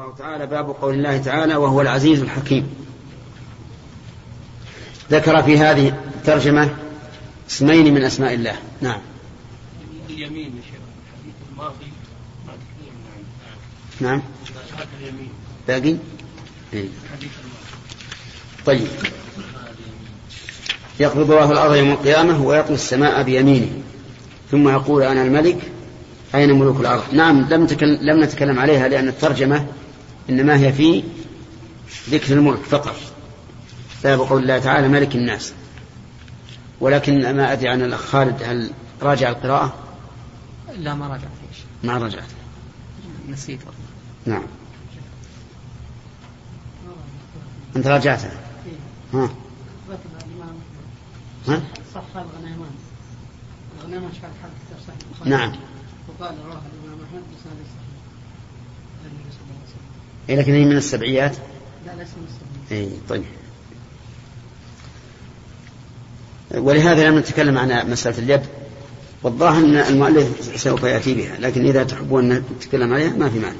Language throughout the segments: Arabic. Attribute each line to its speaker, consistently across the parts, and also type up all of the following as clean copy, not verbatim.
Speaker 1: الله تعالى. باب قول الله تعالى وهو العزيز الحكيم. ذكر في هذه الترجمة اسمين من أسماء الله. نعم.
Speaker 2: اليمين يا شيخ الحديث الماضي ما تكلمنا عنه.
Speaker 1: نعم.
Speaker 2: اليمين
Speaker 1: باقي.
Speaker 2: الحديث الماضي.
Speaker 1: طيب. يقبض الله الأرض يوم القيامة ويطوي السماء بيمينه ثم يقول أنا الملك أين ملوك الأرض. نعم لم نتكلم عليها لأن الترجمة إنما هي في ذكر الملك فقط. باب قول الله تعالى ملك الناس. ولكن ما أدري عن الأخ خالد هل راجع القراءة؟
Speaker 3: لا ما راجعت.
Speaker 1: ما رجعت.
Speaker 3: نسيت.
Speaker 1: نعم. أنت راجعتها. ها. ها؟
Speaker 4: صح الغنيمان. الغنيمان شفاعة حق صحيح.
Speaker 1: نعم.
Speaker 4: وقال رواه الإمام أحمد بسند صحيح. النبي صلى الله عليه وسلم.
Speaker 1: إيه لكن هي من السبعيات.
Speaker 4: لا ليس من السبعيات.
Speaker 1: إيه طيب. ولهذا لم نتكلم عن مسألة اليد، والظاهر أن المؤلف سوف يأتي بها، لكن إذا تحبون أن نتكلم عليها ما في معنى.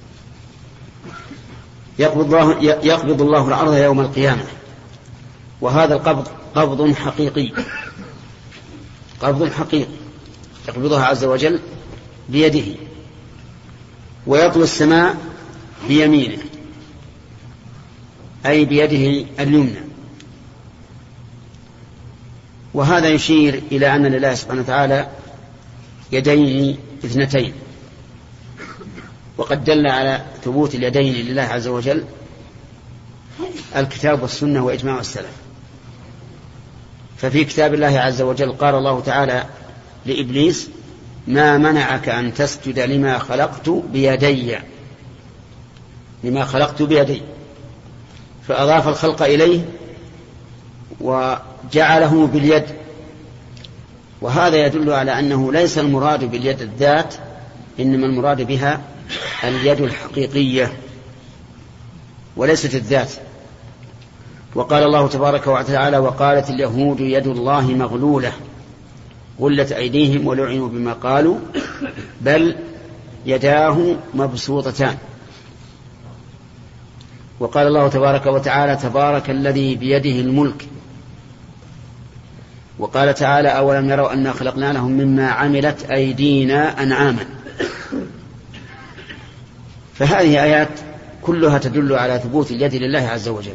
Speaker 1: يقبض الله الأرض يوم القيامة، وهذا القبض قبض حقيقي، قبض حقيقي يقبضها عز وجل بيده، ويطوي السماء بيمينه أي بيده اليمنى. وهذا يشير إلى أن لله سبحانه وتعالى يدين اثنتين، وقد دل على ثبوت اليدين لله عز وجل الكتاب والسنة وإجماع السلف. ففي كتاب الله عز وجل قال الله تعالى لإبليس ما منعك أن تسجد لما خلقت بيدي، لما خلقت بيدي، فأضاف الخلق إليه وجعله باليد. وهذا يدل على أنه ليس المراد باليد الذات، إنما المراد بها اليد الحقيقية وليست الذات. وقال الله تبارك وتعالى وقالت اليهود يد الله مغلولة غلت أيديهم ولعنوا بما قالوا بل يداه مبسوطتان. وقال الله تبارك وتعالى تبارك الذي بيده الملك. وقال تعالى أولم يروا أنا خلقنا لهم مما عملت أيدينا أنعاما. فهذه آيات كلها تدل على ثبوت اليد لله عز وجل،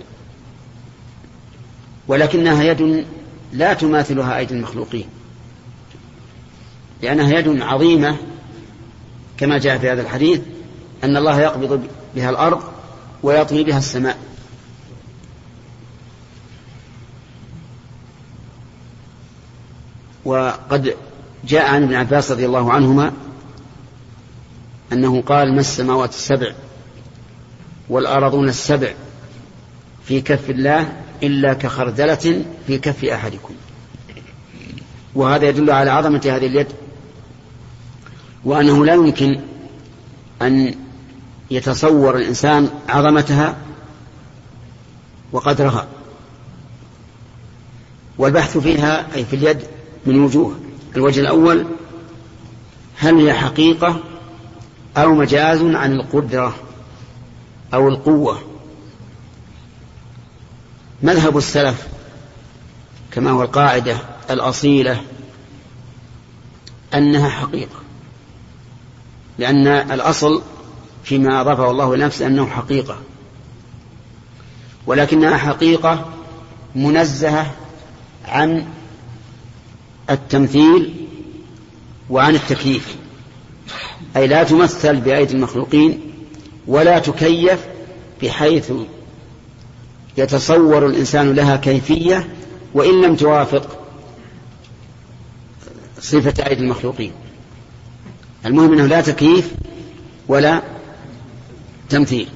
Speaker 1: ولكنها يد لا تماثلها أيدي المخلوقين، لأنها يد عظيمة كما جاء في هذا الحديث أن الله يقبض بها الأرض ويطوي بها السماء. وقد جاء عن ابن عباس رضي الله عنهما أنه قال ما السماوات السبع والأرضون السبع في كف الله إلا كخردلة في كف أحدكم. وهذا يدل على عظمة هذه اليد، وأنه لا يمكن أن يتصور الإنسان عظمتها وقدرها. والبحث فيها أي في اليد من وجوه. الوجه الأول هل هي حقيقة أو مجاز عن القدرة أو القوة. مذهب السلف كما هو القاعدة الأصيلة أنها حقيقة، لأن الأصل فيما أضافه الله لنفسه أنه حقيقة، ولكنها حقيقة منزهة عن التمثيل وعن التكييف، أي لا تمثل بأيدي المخلوقين ولا تكيف بحيث يتصور الإنسان لها كيفية وإن لم توافق صفة أيدي المخلوقين. المهم أنه لا تكييف ولا تمثيل.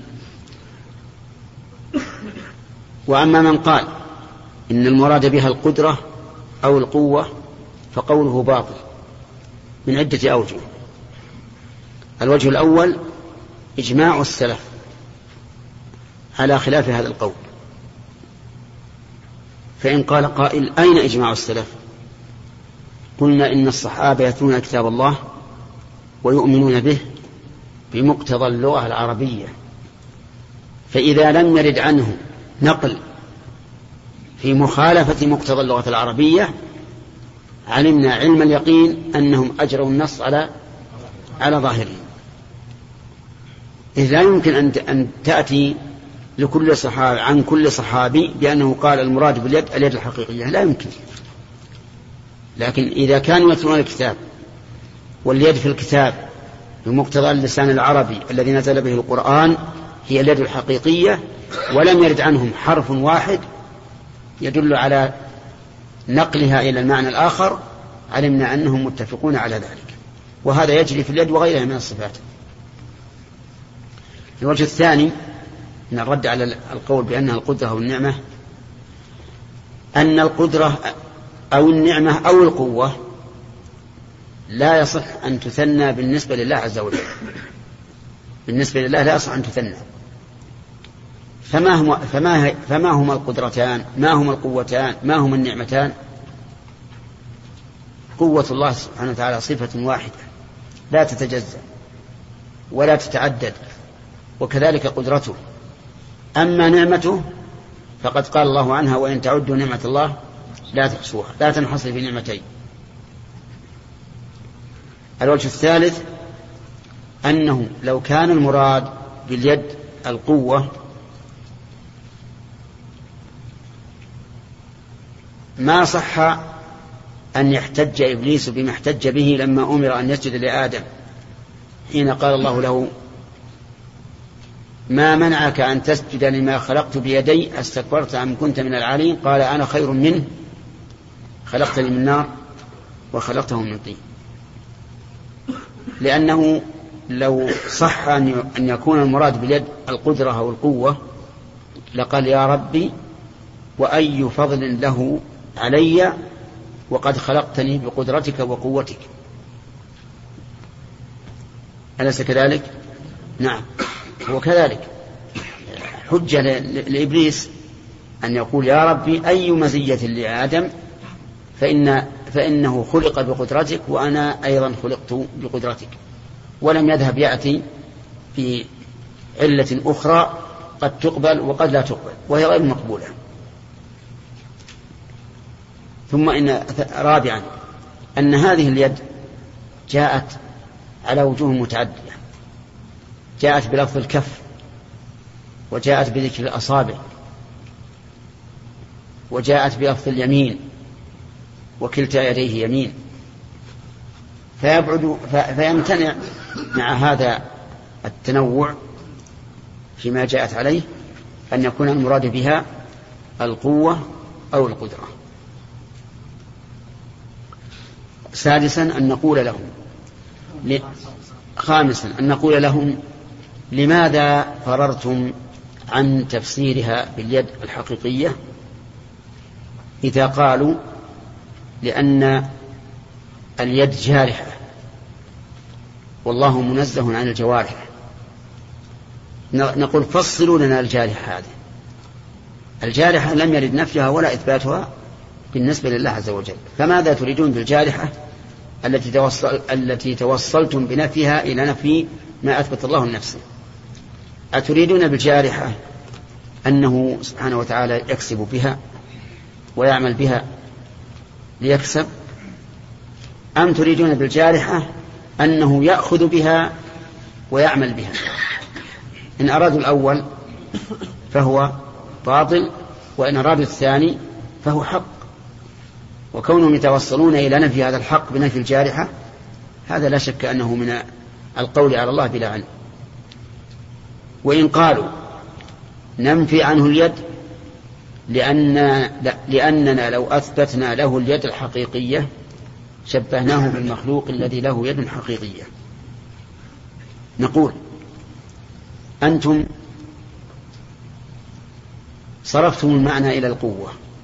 Speaker 1: وأما من قال إن المراد بها القدرة أو القوة فقوله باطل من عدة أوجه. الوجه الأول إجماع السلف على خلاف هذا القول. فإن قال قائل أين إجماع السلف؟ قلنا إن الصحابة يتلون كتاب الله ويؤمنون به بمقتضى اللغة العربية فإذا لم يرد عنه نقل في مخالفة مقتضى اللغة العربية علمنا علم اليقين أنهم أجروا النص على ظاهره. إذ لا يمكن أن تأتي لكل صحابي عن كل صحابي بأنه قال المراد باليد اليد الحقيقية، لا يمكن. لكن إذا كانوا يتلون الكتاب واليد في الكتاب بمقتضى اللسان العربي الذي نزل به القرآن هي اليد الحقيقية، ولم يرد عنهم حرف واحد يدل على نقلها إلى المعنى الآخر، علمنا أنهم متفقون على ذلك. وهذا يجري في اليد وغيرها من الصفات. الوجه الثاني من الرد على القول بأنها القدرة أو النعمة، أن القدرة أو النعمة أو القوة لا يصح أن تثنى بالنسبة لله عز وجل. بالنسبة لله لا يصح أن تثنى. فما هما القدرتان؟ ما هما القوتان؟ ما هما النعمتان؟ قوة الله سبحانه وتعالى صفة واحدة لا تتجزأ ولا تتعدد، وكذلك قدرته. أما نعمته فقد قال الله عنها وإن تعدوا نعمة الله لا تحصوها، لا تنحصر في نعمتين. الوجه الثالث أنه لو كان المراد باليد القوة ما صح أن يحتج إبليس بما احتج به لما أمر أن يسجد لآدم حين قال الله له ما منعك أن تسجد لما خلقت بيدي استكبرت أم كنت من العالين؟ قال أنا خير منه خلقتني من نار وخلقته من طين. لأنه لو صح أن يكون المراد باليد القدرة أو القوة لقال يا ربي وأي فضل له علي وقد خلقتني بقدرتك وقوتك. أليس كذلك؟ نعم هو كذلك. حجة لإبليس أن يقول يا ربي أي مزية لآدم فإنه خلق بقدرتك وأنا أيضا خلقت بقدرتك، ولم يذهب يأتي في علة أخرى قد تقبل وقد لا تقبل وهي غير مقبولة. ثم إن رابعا أن هذه اليد جاءت على وجوه متعددة، جاءت بلفظ الكف، وجاءت بذكر الأصابع، وجاءت بلفظ اليمين وكلتا يديه يمين، فيمتنع مع هذا التنوع فيما جاءت عليه أن يكون المراد بها القوة أو القدرة. سادسا أن نقول لهم خامسا أن نقول لهم لماذا فررتم عن تفسيرها باليد الحقيقية؟ إذا قالوا لأن اليد جارحة والله منزه عن الجوارح، نقول فصلوا لنا الجارحة هذه. الجارحة لم يرد نفيها ولا إثباتها بالنسبة لله عز وجل، فماذا تريدون بالجارحة التي توصلتم بنفيها إلى نفي ما أثبت الله لنفسه؟ أتريدون بالجارحة أنه سبحانه وتعالى يكسب بها ويعمل بها ليكسب، أم تريدون بالجارحة أنه يأخذ بها ويعمل بها؟ إن أرادوا الأول فهو باطل، وإن أرادوا الثاني فهو حق. وكونهم يتوصلون إلى نفي هذا الحق بنفي الجارحة هذا لا شك أنه من القول على الله بلا علم. وإن قالوا ننفي عنه اليد لأننا لو أثبتنا له اليد الحقيقية شبهناه بالمخلوق الذي له يد حقيقية، نقول أنتم صرفتم المعنى إلى القوة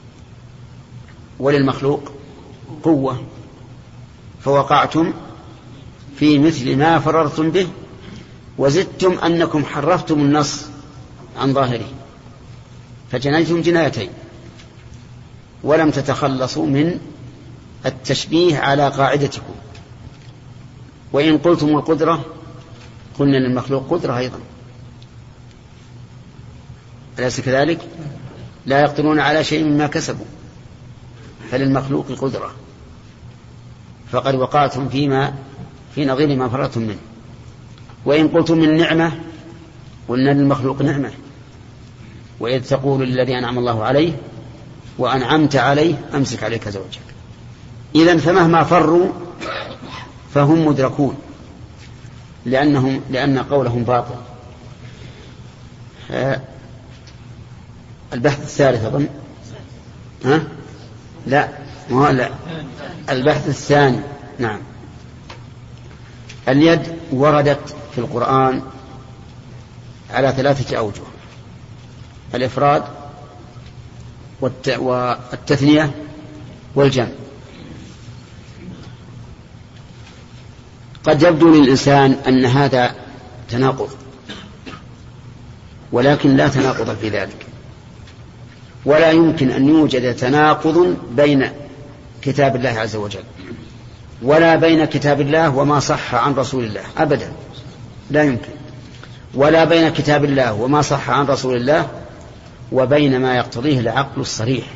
Speaker 1: وللمخلوق قوة، فوقعتم في مثل ما فررتم به، وزدتم أنكم حرفتم النص عن ظاهره فجنيتم جنايتين، ولم تتخلصوا من التشبيه على قاعدتكم. وإن قلتم القدرة قلنا للمخلوق قدرة أيضا، أليس كذلك؟ لا يقدرون على شيء مما كسبوا، فللمخلوق قدرة، فقد وقعتم في نظير ما فرطتم منه. وإن قلتم من نعمة قلنا للمخلوق نعمة، وإذ تقول للذي أنعم الله عليه وأنعمت عليه أمسك عليك زوجك. إذن فمهما فروا فهم مدركون، لأن قولهم باطل. البحث الثالث أظن، لا البحث الثاني. نعم. اليد وردت في القرآن على 3 أوجه: الإفراد والتثنية والجمع. قد يبدو للإنسان أن هذا تناقض، ولكن لا تناقض في ذلك، ولا يمكن أن يوجد تناقض بين كتاب الله عز وجل ولا بين كتاب الله وما صح عن رسول الله أبدا، لا يمكن، ولا بين كتاب الله وما صح عن رسول الله وبين ما يقتضيه العقل الصريح.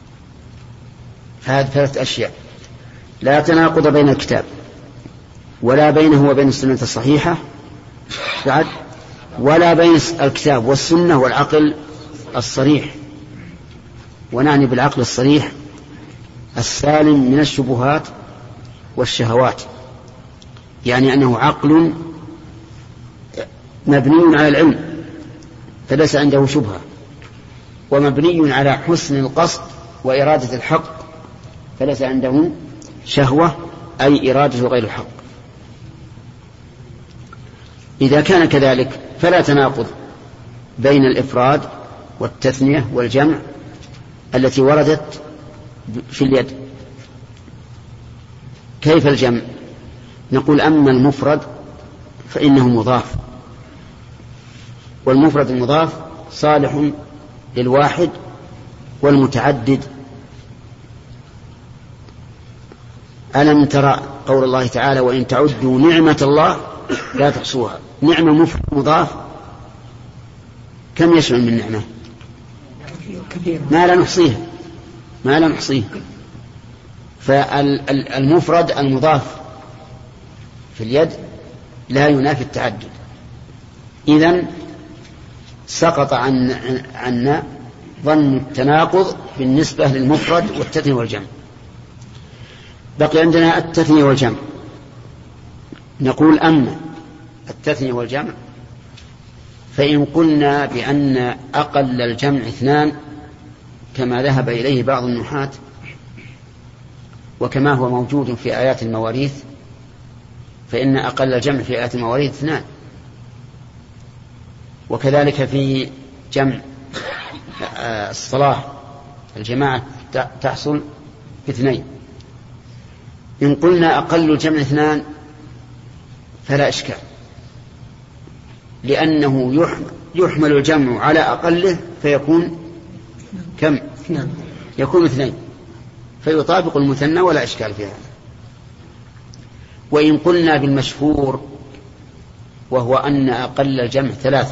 Speaker 1: هذه 3 أشياء: لا تناقض بين الكتاب ولا بينه وبين السنة الصحيحة بعد، ولا بين الكتاب والسنة والعقل الصريح. ونعني بالعقل الصريح السالم من الشبهات والشهوات، يعني أنه عقل مبني على العلم فليس عنده شبهة، ومبني على حسن القصد وإرادة الحق فليس عنده شهوة أي إرادة غير الحق. إذا كان كذلك فلا تناقض بين الإفراد والتثنية والجمع التي وردت في اليد. كيف الجمع؟ نقول أما المفرد فإنه مضاف، والمفرد المضاف صالح للواحد والمتعدد. ألم ترى قول الله تعالى: وإن تعدوا نعمة الله لا تحصوها. نعمة مفرد مضاف كم يشمل من نعمة؟ ما لا نحصيه. فالمفرد المضاف في اليد لا ينافي التعدد. إذن سقط عنا ظن التناقض بالنسبة للمفرد والتثنية والجمع. بقي عندنا التثنية والجمع. نقول أما التثنية والجمع فإن قلنا بأن أقل الجمع 2 كما ذهب إليه بعض النحاة وكما هو موجود في آيات المواريث، فإن أقل الجمع في آيات المواريث 2، وكذلك في جمع الصلاة الجماعة تحصل ب2. إن قلنا أقل الجمع 2 فلا إشكال، لأنه يحمل الجمع على أقله فيكون كم؟ يكون 2، فيطابق المثنى ولا إشكال في هذا. وإن قلنا بالمشهور وهو أن أقل الجمع 3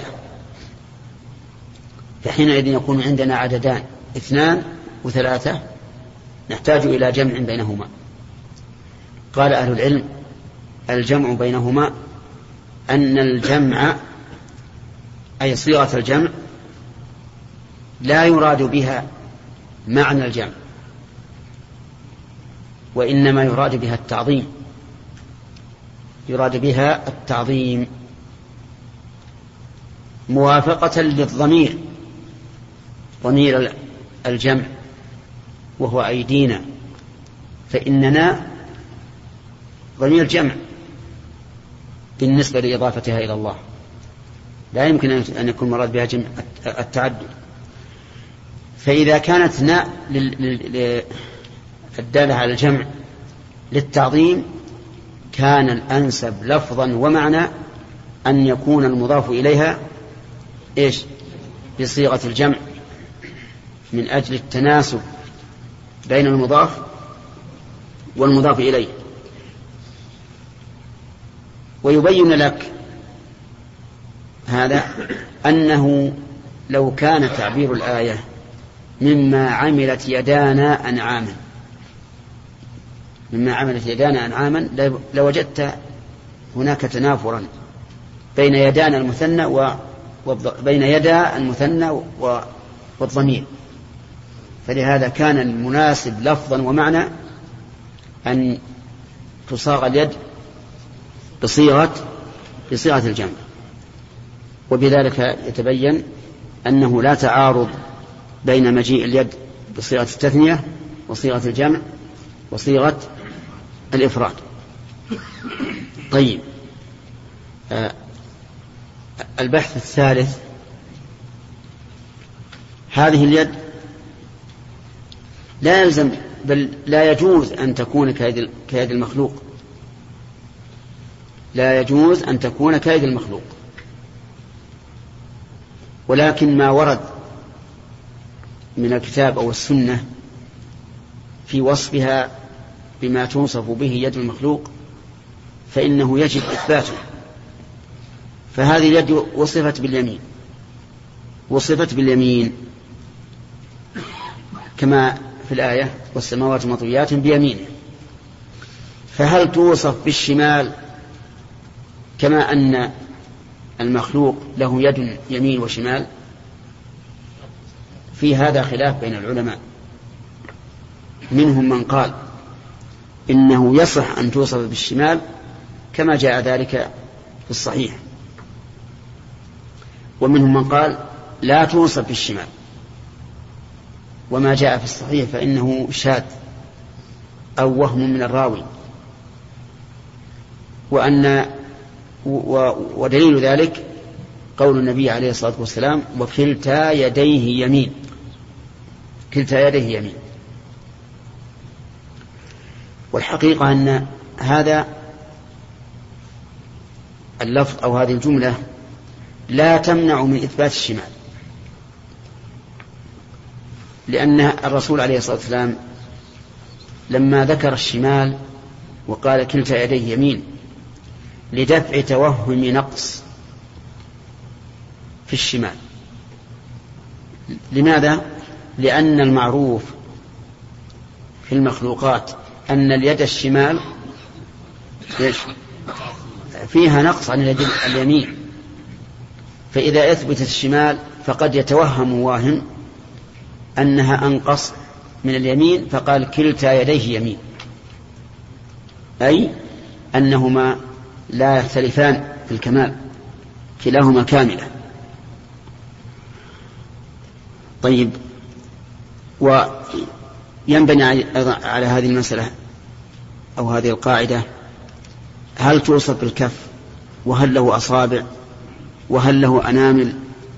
Speaker 1: فحينئذ يكون عندنا عددان 2 و3 نحتاج إلى جمع بينهما. قال أهل العلم: الجمع بينهما أن الجمع أي صيغة الجمع لا يراد بها معنى الجمع، وإنما يراد بها التعظيم، يراد بها التعظيم موافقة للضمير، ضمير الجمع وهو أيدينا، فإننا ضمير جمع بالنسبة لإضافتها إلى الله، لا يمكن أن يكون مراد بها جمع التعدد. فإذا كانت ناء الدالة على الجمع للتعظيم كان الأنسب لفظا ومعنى أن يكون المضاف إليها بصيغة الجمع من أجل التناسب بين المضاف والمضاف إليه. ويبين لك هذا أنه لو كان تعبير الآية مما عملت يدانا أنعاما لوجدت هناك تنافرا بين يدانا المثنى بين يدا المثنى والضمير، فلهذا كان المناسب لفظا ومعنى أن تصاغ اليد بصيغة الجمع، وبذلك يتبين أنه لا تعارض بين مجيء اليد بصيغة التثنية وصيغة الجمع وصيغة الإفراد. طيب، البحث الثالث: هذه اليد لا يلزم بل لا يجوز أن تكون كيد المخلوق، لا يجوز أن تكون كيد المخلوق، ولكن ما ورد من الكتاب أو السنة في وصفها بما توصف به يد المخلوق فإنه يجب إثباته. فهذه اليد وصفت باليمين كما في الآية: والسماوات مطويات بيمينه. فهل توصف بالشمال كما أن المخلوق له يد يمين وشمال؟ في هذا خلاف بين العلماء، منهم من قال إنه يصح أن توصف بالشمال كما جاء ذلك في الصحيح، ومنهم من قال لا توصف بالشمال، وما جاء في الصحيح فإنه شاذ أو وهم من الراوي، ودليل ذلك قول النبي عليه الصلاة والسلام: وكلتا يديه يمين. كلتا يديه يمين. والحقيقة أن هذا اللفظ أو هذه الجملة لا تمنع من إثبات الشمال، لأن الرسول عليه الصلاة والسلام لما ذكر الشمال وقال كلتا يديه يمين لدفع توهم نقص في الشمال. لماذا؟ لأن المعروف في المخلوقات أن اليد الشمال فيها نقص عن اليد اليمين، فإذا أثبتت الشمال فقد يتوهم واهم أنها أنقص من اليمين، فقال كلتا يديه يمين، أي أنهما لا يختلفان في الكمال، كلاهما كاملة. طيب، وينبني على هذه المسألة أو هذه القاعدة: هل توصف بالكف؟ وهل له أصابع؟ وهل له أنامل؟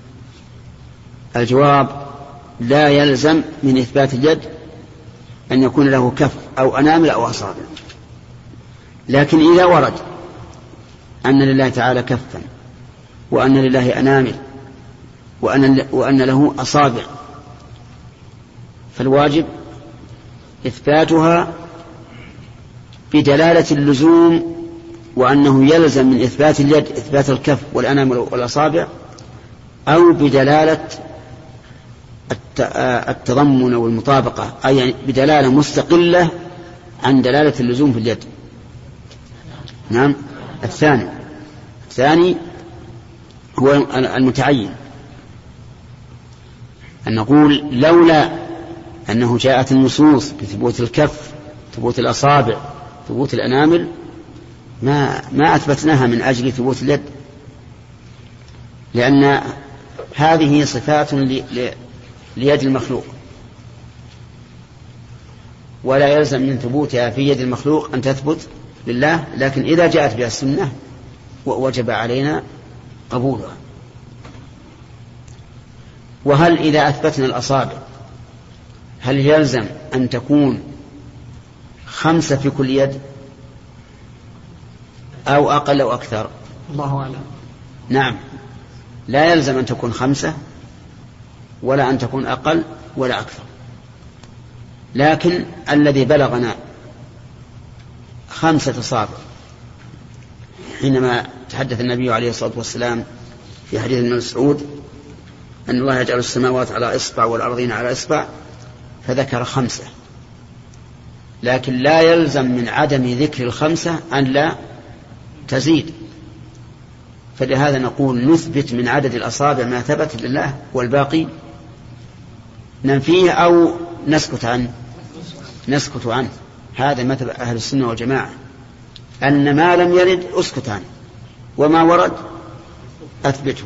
Speaker 1: الجواب: لا يلزم من إثبات اليد أن يكون له كف أو أنامل أو أصابع، لكن إذا ورد أن لله تعالى كفا وأن لله أنامل وأن له أصابع فالواجب إثباتها بدلالة اللزوم، وأنه يلزم من إثبات اليد إثبات الكف والأنامل والأصابع، أو بدلالة التضمن والمطابقة، أي يعني بدلالة مستقلة عن دلالة اللزوم في اليد. نعم. الثاني هو المتعين، أن نقول لولا أنه جاءت النصوص بثبوت الكف، ثبوت الأصابع، ثبوت الأنامل، ما أثبتناها من أجل ثبوت اليد، لأن هذه صفات ليد المخلوق، ولا يلزم من ثبوتها في يد المخلوق أن تثبت لله، لكن إذا جاءت بها السنة وجب علينا قبولها. وهل إذا أثبتنا الأصابع هل يلزم أن تكون 5 في كل يد أو أقل أو أكثر؟
Speaker 3: الله أعلم.
Speaker 1: نعم، لا يلزم أن تكون 5 ولا أن تكون أقل ولا أكثر، لكن الذي بلغنا 5 أصابع حينما تحدث النبي عليه الصلاة والسلام في حديث ابن مسعود أن الله يجعل السماوات على إصبع والأرضين على إصبع، فذكر 5، لكن لا يلزم من عدم ذكر 5 أن لا تزيد. فلهذا نقول نثبت من عدد الأصابع ما ثبت لله، والباقي ننفيه أو نسكت عنه. هذا مذهب أهل السنة والجماعة، أن ما لم يرد أسكت عنه، وما ورد أثبته.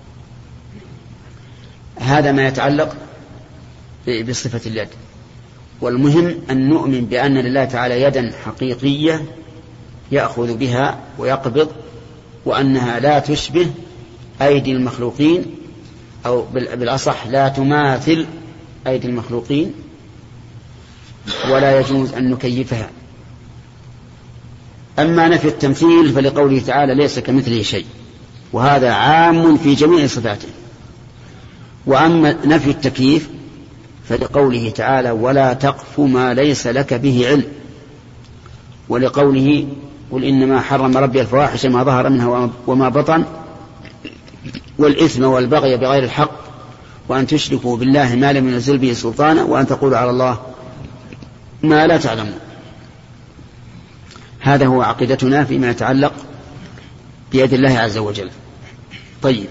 Speaker 1: هذا ما يتعلق بصفة اليد. والمهم أن نؤمن بأن لله تعالى يدا حقيقية يأخذ بها ويقبض، وأنها لا تشبه أيدي المخلوقين، أو بالأصح لا تماثل أيدي المخلوقين، ولا يجوز أن نكيفها. أما نفي التمثيل فلقوله تعالى ليس كمثله شيء، وهذا عام في جميع صفاته. وأما نفي التكييف فلقوله تعالى ولا تقف ما ليس لك به علم، ولقوله قل إنما حرم ربي الفواحش ما ظهر منها وما بطن والإثم والبغي بغير الحق وأن تشركوا بالله ما لم ينزل به سلطانا وأن تقولوا على الله ما لا تعلمون. هذا هو عقيدتنا فيما يتعلق بيد الله عز وجل. طيب،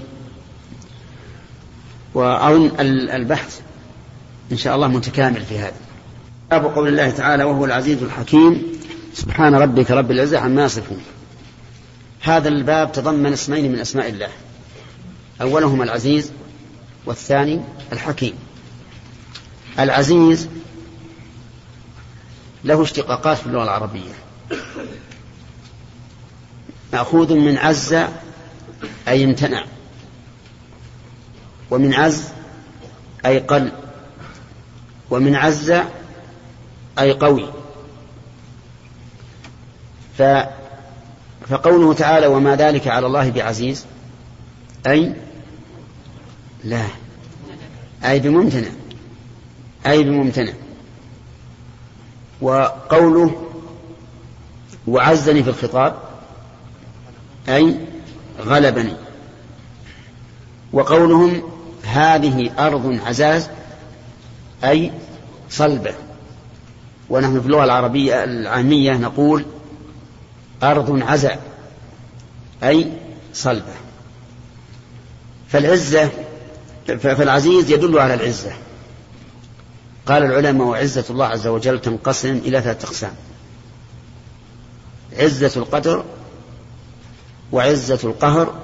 Speaker 1: وأظن البحث إن شاء الله متكامل في هذا. باب قول الله تعالى وهو العزيز الحكيم سبحان ربك رب العزة عما يصفون. هذا الباب تضمن اسمين من أسماء الله، أولهما العزيز والثاني الحكيم. العزيز له اشتقاقات في اللغة العربية، مأخوذ من عز أي امتنع، ومن عز أي قل، ومن عز أي قوي. فقوله تعالى وما ذلك على الله بعزيز أي لا، أي بممتنع. وقوله وعزني في الخطاب أي غلبني. وقولهم هذه أرض عزاز أي صلبة، ونحن في اللغة العربية العامية نقول أرض عزا أي صلبة. فالعزيز يدل على العزة. قال العلماء وعزة الله عز وجل تنقسم إلى 3 أقسام: عزة القدر، وعزة القهر،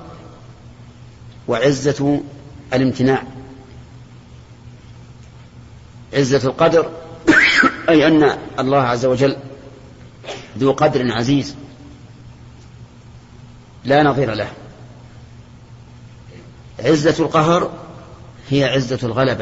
Speaker 1: وعزة الامتناع. عزة القدر أي أن الله عز وجل ذو قدر عزيز لا نظير له. عزة القهر هي عزة الغلبة،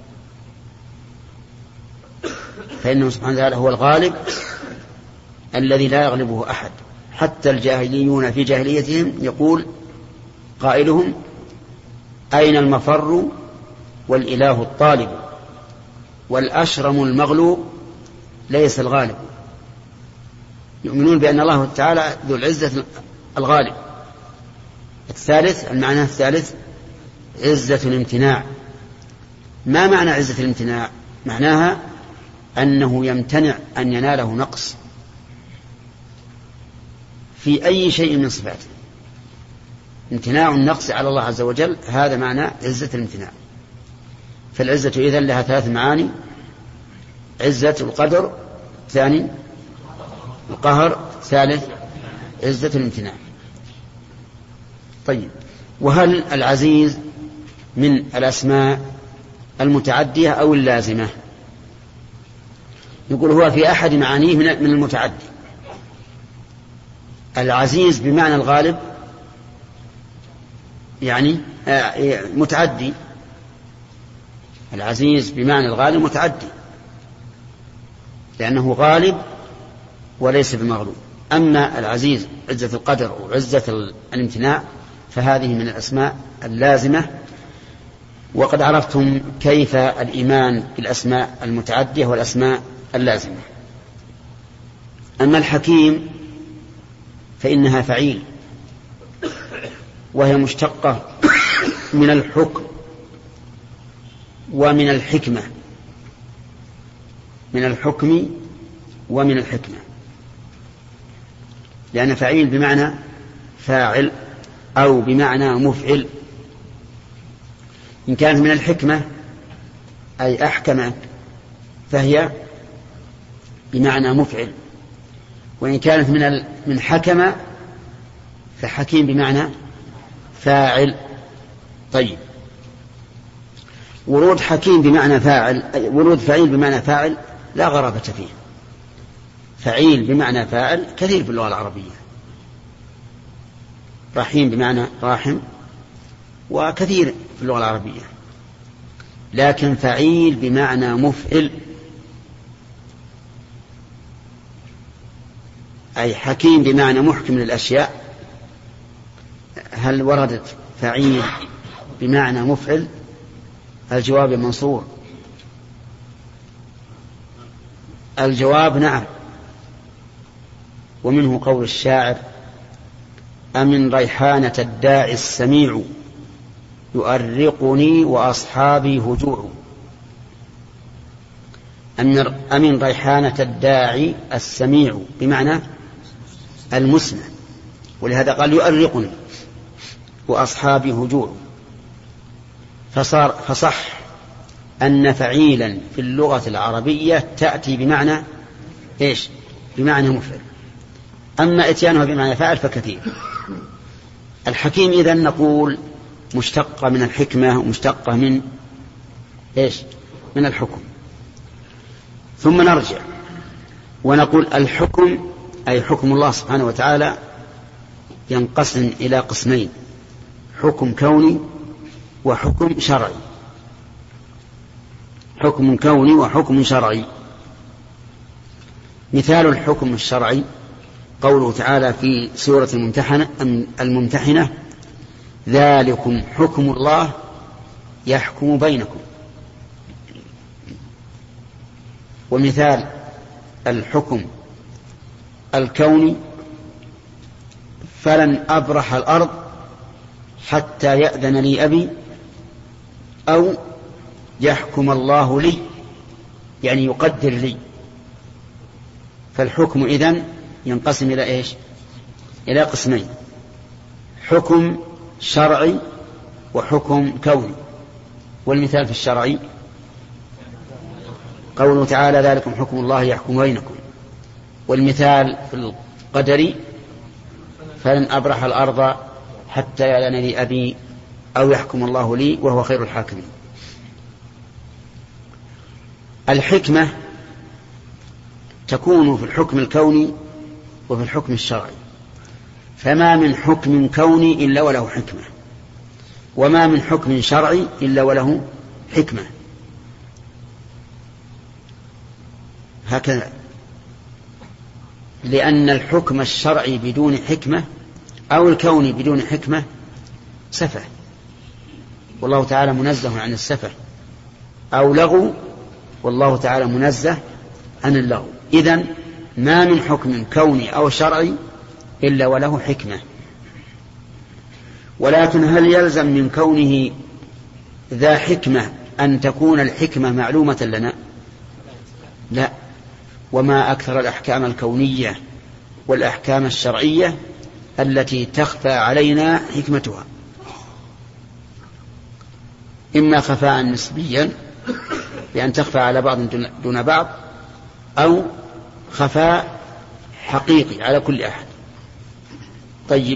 Speaker 1: فإنه سبحانه وتعالى هو الغالب الذي لا يغلبه أحد. حتى الجاهليون في جاهليتهم يقول قائلهم أين المفر والإله الطالب والأشرم المغلوب ليس الغالب. يؤمنون بأن الله تعالى ذو العزة الغالب. المعنى الثالث عزة الامتناع. ما معنى عزة الامتناع؟ معناها أنه يمتنع أن يناله نقص في أي شيء من صفاته. امتناع النقص على الله عز وجل، هذا معنى عزة الامتناع. فالعزة إذن لها 3 معاني: عزة القدر، ثاني القهر، ثالث عزة الامتناع. طيب، وهل العزيز من الأسماء المتعدية أو اللازمة؟ يقول هو في أحد معانيه من المتعدي. العزيز بمعنى الغالب يعني متعدي. العزيز بمعنى الغالب متعدي لأنه غالب وليس بمغلوب. أما العزيز عزة القدر وعزة الامتناع فهذه من الأسماء اللازمة. وقد عرفتم كيف الإيمان بالأسماء المتعدية والأسماء اللازمة. أما الحكيم فإنها فعيل، وهي مشتقة من الحكم، ومن الحكمة، من الحكم ومن الحكمة، لأن فعيل بمعنى فاعل أو بمعنى مفعل. إن كانت من الحكمة أي أحكم فهي بمعنى مفعل، وإن كانت من حكم فحكيم بمعنى فاعل. طيب، ورود حكيم بمعنى فاعل، ورود فعيل بمعنى فاعل لا غرابة فيه. فعيل بمعنى فاعل كثير في اللغة العربية، رحيم بمعنى راحم وكثير في اللغة العربية، لكن فعيل بمعنى مفعل أي حكيم بمعنى محكم للأشياء. هل وردت فعيل بمعنى مفعل؟ الجواب يا منصور، الجواب نعم. ومنه قول الشاعر: أمن ريحانة الداعي السميع يؤرقني وأصحابي هجوع. أمن ريحانة الداعي السميع بمعنى المسمع، ولهذا قال يؤرقني وأصحابي هجوع. فصح أن فعيلا في اللغة العربية تأتي بمعنى إيش؟ بمعنى مفعل. أما إتيانها بمعنى فاعل فكثير. الحكيم إذن نقول مشتقة من الحكمة ومشتقة من إيش؟ من الحكم. ثم نرجع ونقول الحكم أي حكم الله سبحانه وتعالى ينقسم إلى قسمين: حكم كوني وحكم شرعي. حكم كوني وحكم شرعي. مثال الحكم الشرعي قوله تعالى في سورة الممتحنة: ذلكم حكم الله يحكم بينكم. ومثال الحكم الكوني: فلن أبرح الأرض حتى يأذن لي أبي أو يحكم الله لي، يعني يقدر لي. فالحكم إذن ينقسم إلى إيش؟ إلى قسمين: حكم شرعي وحكم كوني. والمثال في الشرعي قوله تعالى: ذلكم حكم الله يحكم بينكم. والمثال في القدر: فلن أبرح الأرض حتى يأذن لي أبي أو يحكم الله لي وهو خير الحاكمين. الحكمة تكون في الحكم الكوني وفي الحكم الشرعي، فما من حكم كوني إلا وله حكمة، وما من حكم شرعي إلا وله حكمة. هكذا، لأن الحكم الشرعي بدون حكمة أو الكوني بدون حكمة سفه، والله تعالى منزه عن السفه، أو لغو والله تعالى منزه عن اللغو. إذن ما من حكم كوني أو شرعي إلا وله حكمة. ولكن هل يلزم من كونه ذا حكمة أن تكون الحكمة معلومة لنا؟ لا. وما أكثر الأحكام الكونية والأحكام الشرعية التي تخفى علينا حكمتها، إما خفاء نسبيا بأن تخفى على بعض دون بعض، أو خفاء حقيقي على كل أحد. طيب،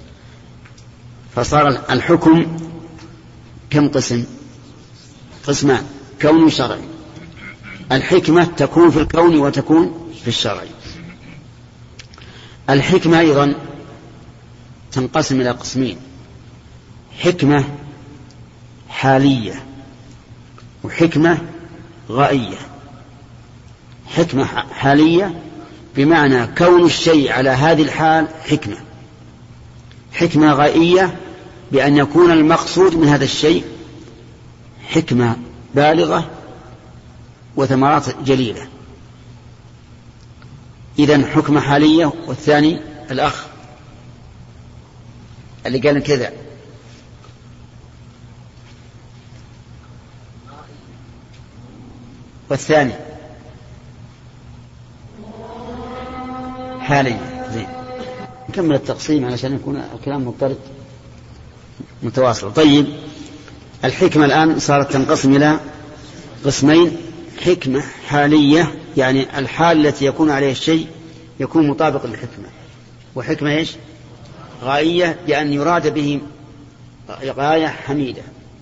Speaker 1: فصار الحكم كم قسم؟ قسمان: كوني وشرعي. الحكمة تكون في الكون وتكون في الشرعي. الحكمة أيضا تنقسم إلى قسمين: حكمة حالية وحكمة غائية. حكمة حالية بمعنى كون الشيء على هذه الحال حكمة. حكمة غائية بأن يكون المقصود من هذا الشيء حكمة بالغة وثمرات جليلة. إذن حكمة حالية. والثاني الأخ اللي قال كذا: والثاني حالية. زين، نكمل التقسيم علشان يكون الكلام مضطرد متواصل. طيب، الحكمة الآن صارت تنقسم إلى قسمين: حكمة حالية، يعني الحال التي يكون عليه الشيء يكون مطابق للحكمة، وحكمة إيش؟ غائية، بأن يراد به غاية حميدة.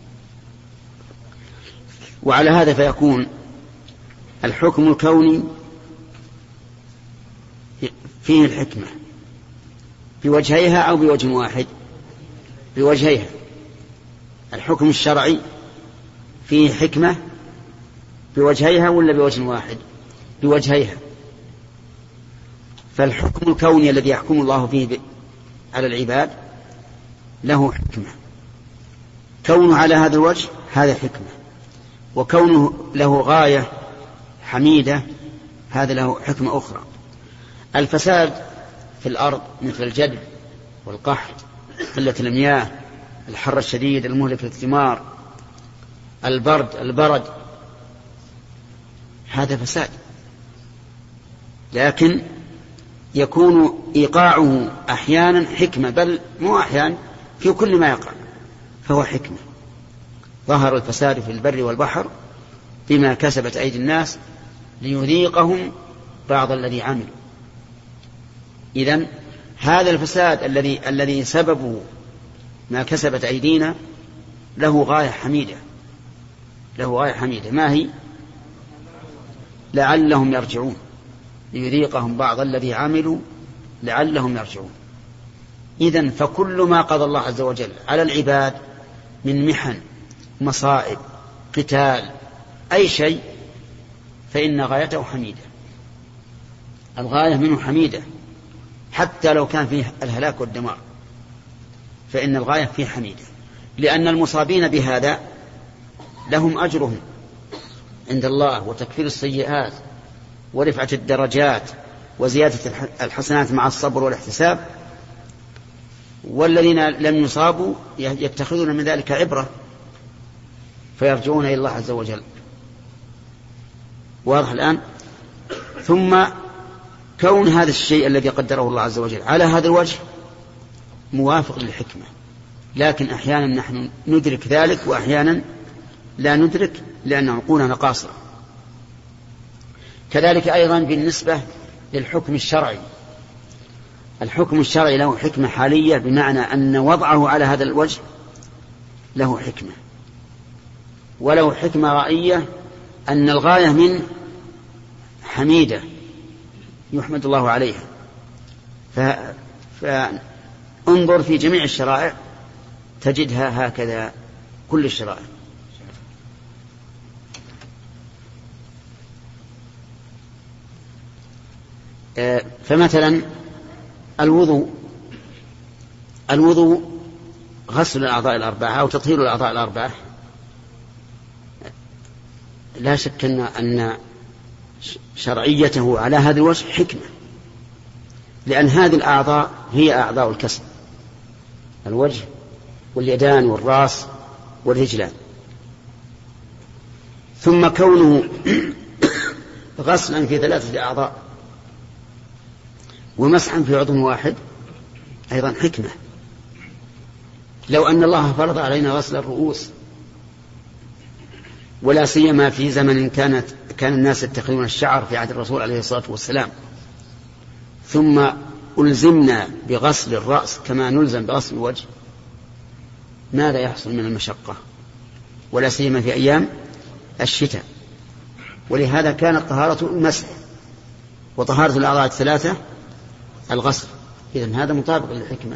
Speaker 1: وعلى هذا فيكون الحكم الكوني فيه الحكمة بوجهيها أو بوجه واحد؟ بوجهيها. الحكم الشرعي فيه حكمة بوجهيها ولا بوجه واحد؟ بوجهيها. فالحكم الكوني الذي يحكم الله فيه على العباد له حكمة، كونه على هذا الوجه هذا حكمة، وكونه له غاية حميدة هذا له حكمة أخرى. الفساد في الأرض مثل الجدب والقحط، قلة المياه، الحر الشديد المهلك للثمار، البرد، هذا فساد، لكن يكون إيقاعه أحيانا حكمة، بل مو أحيانا، في كل ما يقع فهو حكمة. ظهر الفساد في البر والبحر بما كسبت أيدي الناس ليذيقهم بعض الذي عملوا. إذن هذا الفساد الذي سببه ما كسبت أيدينا له غاية حميدة، ما هي؟ لعلهم يرجعون، ليذيقهم بعض الذي عملوا لعلهم يرجعون. إذن فكل ما قضى الله عز وجل على العباد من محن، مصائب، قتال، أي شيء، فإن غايته حميدة، الغاية منه حميدة، حتى لو كان فيه الهلاك والدمار فإن الغاية فيه حميدة، لأن المصابين بهذا لهم أجرهم عند الله، وتكفير السيئات، ورفعة الدرجات، وزيادة الحسنات مع الصبر والاحتساب. والذين لم يصابوا يتخذون من ذلك عبرة فيرجعون إلى الله عز وجل. واضح الآن؟ ثم كون هذا الشيء الذي قدره الله عز وجل على هذا الوجه موافق للحكمة، لكن أحيانا نحن ندرك ذلك وأحيانا لا ندرك لأن عقولنا قاصرة. كذلك أيضا بالنسبة للحكم الشرعي، الحكم الشرعي له حكمة حالية، بمعنى أن وضعه على هذا الوجه له حكمة، وله حكمة رأية، أن الغاية من حميدة يحمد الله عليها. فانظر في جميع الشرائع تجدها هكذا، كل الشرائع. فمثلا الوضوء غسل الأعضاء الأربعة أو تطهير الأعضاء الأربعة، لا شك أن شرعيته على هذا الوجه حكمة، لأن هذه الأعضاء هي أعضاء الكسب، الوجه واليدان والرأس والرجلان. ثم كونه غسلا في 3 أعضاء ومسحا في عضو واحد أيضا حكمة. لو أن الله فرض علينا غسل الرؤوس، ولا سيما في زمن كان الناس يتخذون الشعر في عهد الرسول عليه الصلاة والسلام، ثم ألزمنا بغسل الرأس كما نلزم بغسل الوجه، ماذا يحصل من المشقة؟ ولا سيما في أيام الشتاء. ولهذا كانت طهارة المسح، وطهارة الأعضاء 3 الغسل. إذن هذا مطابق للحكمة.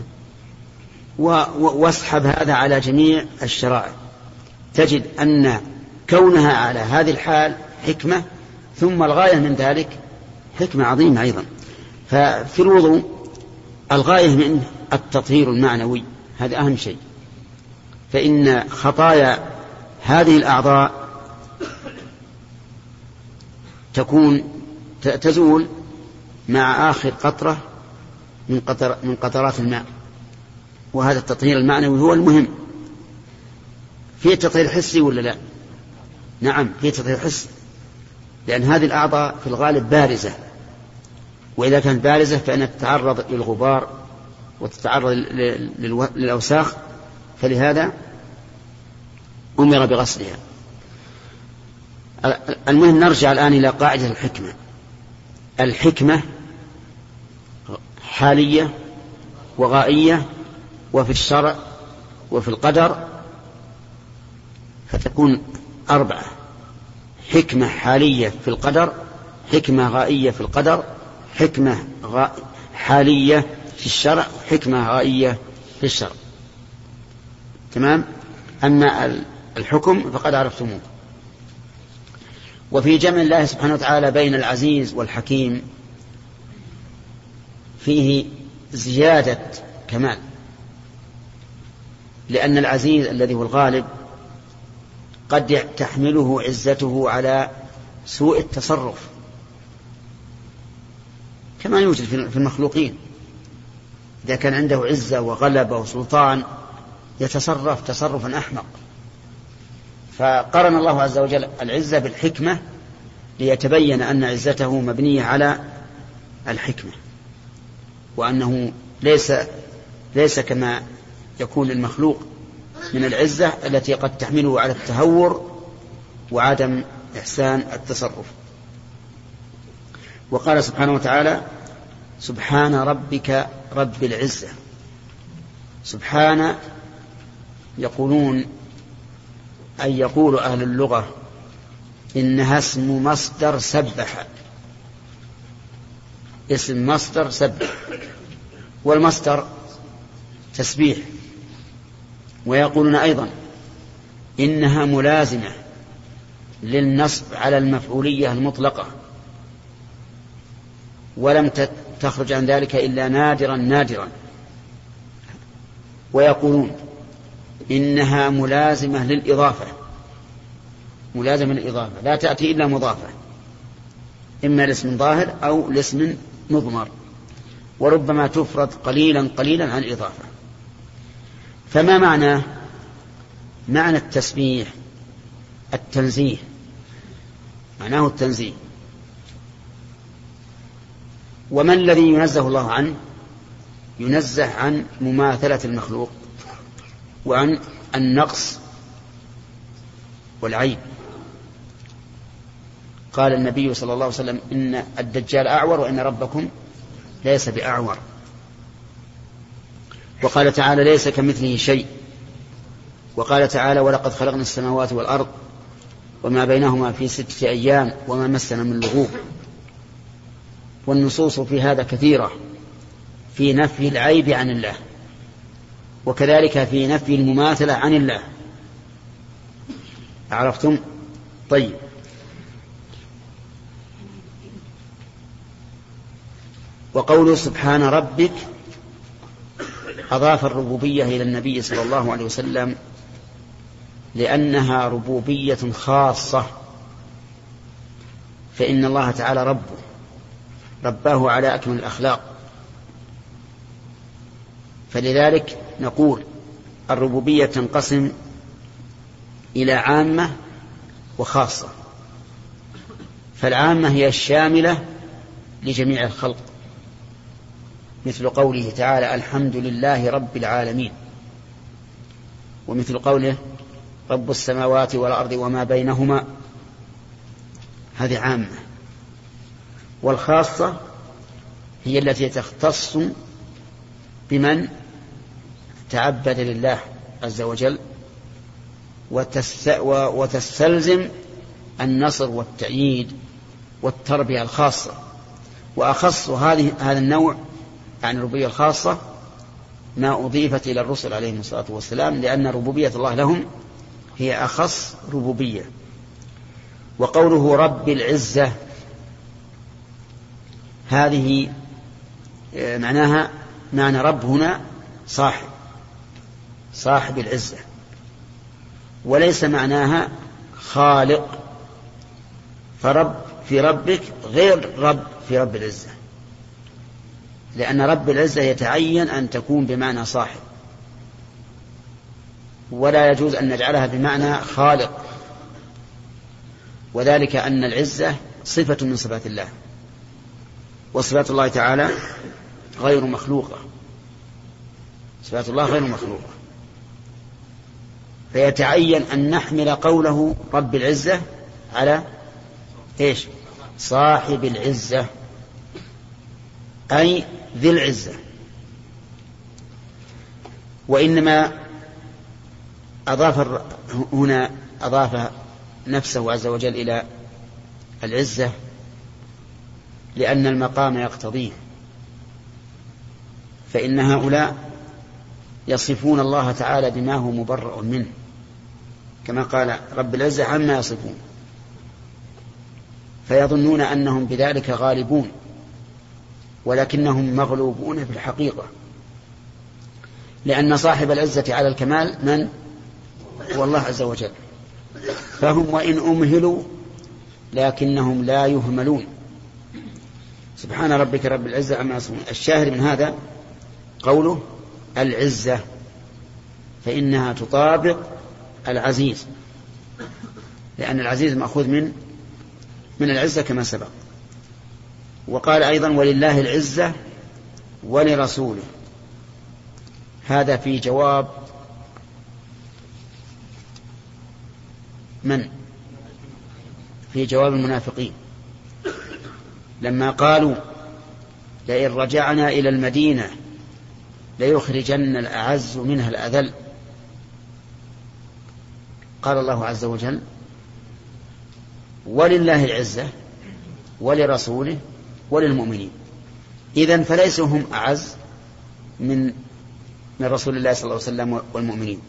Speaker 1: واسحب هذا على جميع الشرائع، تجد أن كونها على هذه الحال حكمة، ثم الغاية من ذلك حكمة عظيمة أيضا. ففي الوضوء الغاية من التطهير المعنوي، هذا أهم شيء، فإن خطايا هذه الأعضاء تزول مع آخر قطرة من قطرات الماء. وهذا التطهير المعنوي هو المهم. في تطهير حسي ولا لا؟ نعم، في تطهير حسي، لأن هذه الأعضاء في الغالب بارزة، وإذا كانت بارزة فإنها تتعرض للغبار وتتعرض للأوساخ، فلهذا أمر بغسلها. المهم نرجع الآن إلى قاعدة الحكمة. الحكمة حالية وغائية وفي الشرع وفي القدر، فتكون 4: حكمة حالية في القدر، حكمة غائية في القدر، حكمة حالية في الشرع، حكمة غائية في الشرع. تمام؟ أما الحكم فقد عرفتموه. وفي جمع الله سبحانه وتعالى بين العزيز والحكيم فيه زيادة كمال، لأن العزيز الذي هو الغالب قد تحمله عزته على سوء التصرف كما يوجد في المخلوقين. إذا كان عنده عزة وغلبة وسلطان يتصرف تصرفا أحمق، فقرن الله عز وجل العزة بالحكمة ليتبين أن عزته مبنية على الحكمة، وأنه ليس كما يكون المخلوق من العزة التي قد تحمله على التهور وعدم إحسان التصرف. وقال سبحانه وتعالى: سبحان ربك رب العزة. سبحان يقولون أي يقول أهل اللغة إنها اسم مصدر سبح، اسم مصدر سبح، والمصدر تسبيح. ويقولون أيضا إنها ملازمة للنصب على المفعولية المطلقة، ولم تخرج عن ذلك إلا نادرا نادرا. ويقولون إنها ملازمة للإضافة، ملازمة للإضافة لا تأتي إلا مضافة، إما لاسم ظاهر أو لاسم مضمر، وربما تفرد قليلا قليلا عن الإضافة. فما معنى التسبيح؟ التنزيه، معناه التنزيه. وما الذي ينزه الله عنه؟ ينزه عن مماثلة المخلوق وعن النقص والعيب. قال النبي صلى الله عليه وسلم: إن الدجال أعور وإن ربكم ليس بأعور. وقال تعالى: ليس كمثله شيء. وقال تعالى: ولقد خلقنا السماوات والأرض وما بينهما في 6 أيام وما مسنا من لغوب. والنصوص في هذا كثيرة في نفي العيب عن الله، وكذلك في نفي المماثلة عن الله. عرفتم؟ طيب، وقوله سبحان ربك أضاف الربوبية إلى النبي صلى الله عليه وسلم لأنها ربوبية خاصة، فإن الله تعالى رباه على أكمل الأخلاق. فلذلك نقول الربوبية تنقسم إلى عامة وخاصة. فالعامة هي الشاملة لجميع الخلق، مثل قوله تعالى: الحمد لله رب العالمين، ومثل قوله: رب السماوات والأرض وما بينهما. هذه عامة. والخاصة هي التي تختص بمن تعبد لله عز وجل وتستلزم النصر والتأييد والتربية الخاصة. وأخص هذا النوع عن الربوبية الخاصة ما أضيفت إلى الرسل عليهم الصلاة والسلام، لأن ربوبية الله لهم هي أخص ربوبية. وقوله رب العزة هذه معناها معنى رب هنا صاحب العزة، وليس معناها خالق. فرب في ربك غير رب في رب العزة، لأن رب العزة يتعين أن تكون بمعنى صاحب، ولا يجوز أن نجعلها بمعنى خالق. وذلك أن العزة صفة من صفات الله، وصفات الله تعالى غير مخلوقة، صفات الله غير مخلوقة، فيتعين أن نحمل قوله رب العزة على إيش؟ صاحب العزة، أي ذي العزة. وإنما أضاف نفسه عز وجل إلى العزة لأن المقام يقتضيه، فإن هؤلاء يصفون الله تعالى بما هو مبرأ منه، كما قال رب العزة عما يصفون، فيظنون أنهم بذلك غالبون، ولكنهم مغلوبون في الحقيقة، لأن صاحب العزة على الكمال من هو الله عز وجل، فهم وإن أمهلوا لكنهم لا يهملون. سبحان ربك رب العزة عما يصفون. الشاهد من هذا قوله العزة، فإنها تطابق العزيز، لأن العزيز مأخوذ من العزة كما سبق. وقال أيضا ولله العزة ولرسوله، هذا في جواب من؟ في جواب المنافقين لما قالوا لئن رجعنا إلى المدينة ليخرجن الأعز منها الأذل. قال الله عز وجل ولله العزة ولرسوله وللمؤمنين، إذن فليسوا هم أعز من رسول الله صلى الله عليه وسلم والمؤمنين،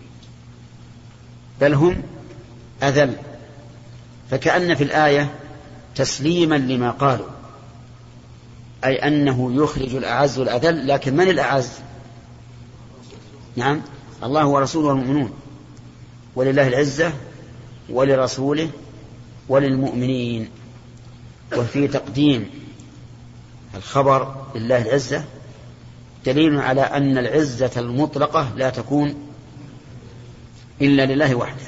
Speaker 1: بل هم أذل. فكأن في الآية تسليما لما قالوا، أي أنه يخرج الأعز والأذل، لكن من الأعز؟ نعم الله ورسوله والمؤمنون. ولله العزة ولرسوله وللمؤمنين. وفي تقديم الخبر لله العزة دليل على أن العزة المطلقة لا تكون إلا لله وحده.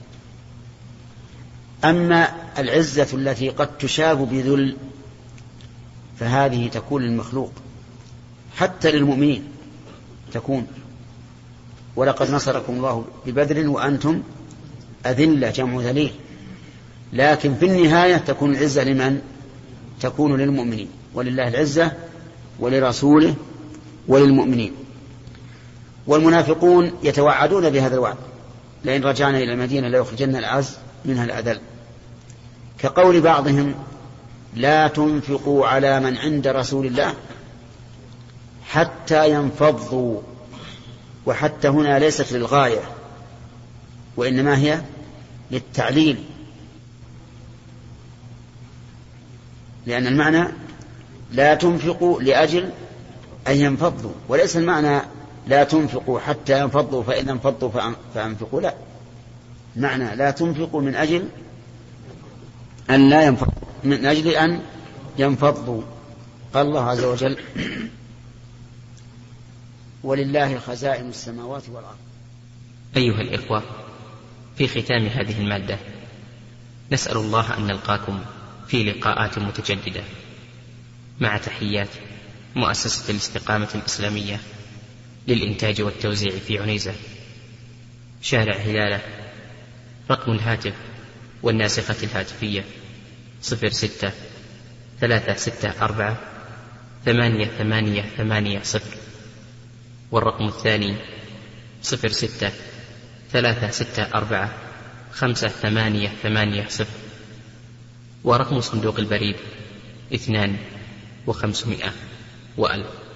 Speaker 1: أما العزة التي قد تشاب بذل فهذه تكون للمخلوق، حتى للمؤمنين تكون. ولقد نصركم الله ببدر وأنتم أذلة، جمع ذليل. لكن في النهاية تكون العزة لمن؟ تكون للمؤمنين. ولله العزة ولرسوله وللمؤمنين. والمنافقون يتوعدون بهذا الوعد لئن رجعنا إلى المدينة ليخرجن الأعز منها الأذل، كقول بعضهم لا تنفقوا على من عند رسول الله حتى ينفضوا. وحتى هنا ليست للغاية، وإنما هي للتعليل، لأن المعنى لا تنفقوا لأجل أن ينفضوا، وليس المعنى لا تنفقوا حتى ينفضوا فإن انفضوا فأنفقوا، لا، معنى لا تنفقوا من أجل أن لا ينفضوا، من أجل أن ينفضوا. قال الله عز وجل ولله خزائن السماوات والأرض.
Speaker 5: أيها الإخوة، في ختام هذه المادة نسأل الله أن نلقاكم في لقاءات متجددة، مع تحيات مؤسسة الاستقامة الإسلامية للإنتاج والتوزيع في عنيزة، شارع هلالة. رقم الهاتف والناسخة الهاتفية 06-364-8880، والرقم الثاني 06-364-5880، ورقم صندوق البريد 2500 و1000.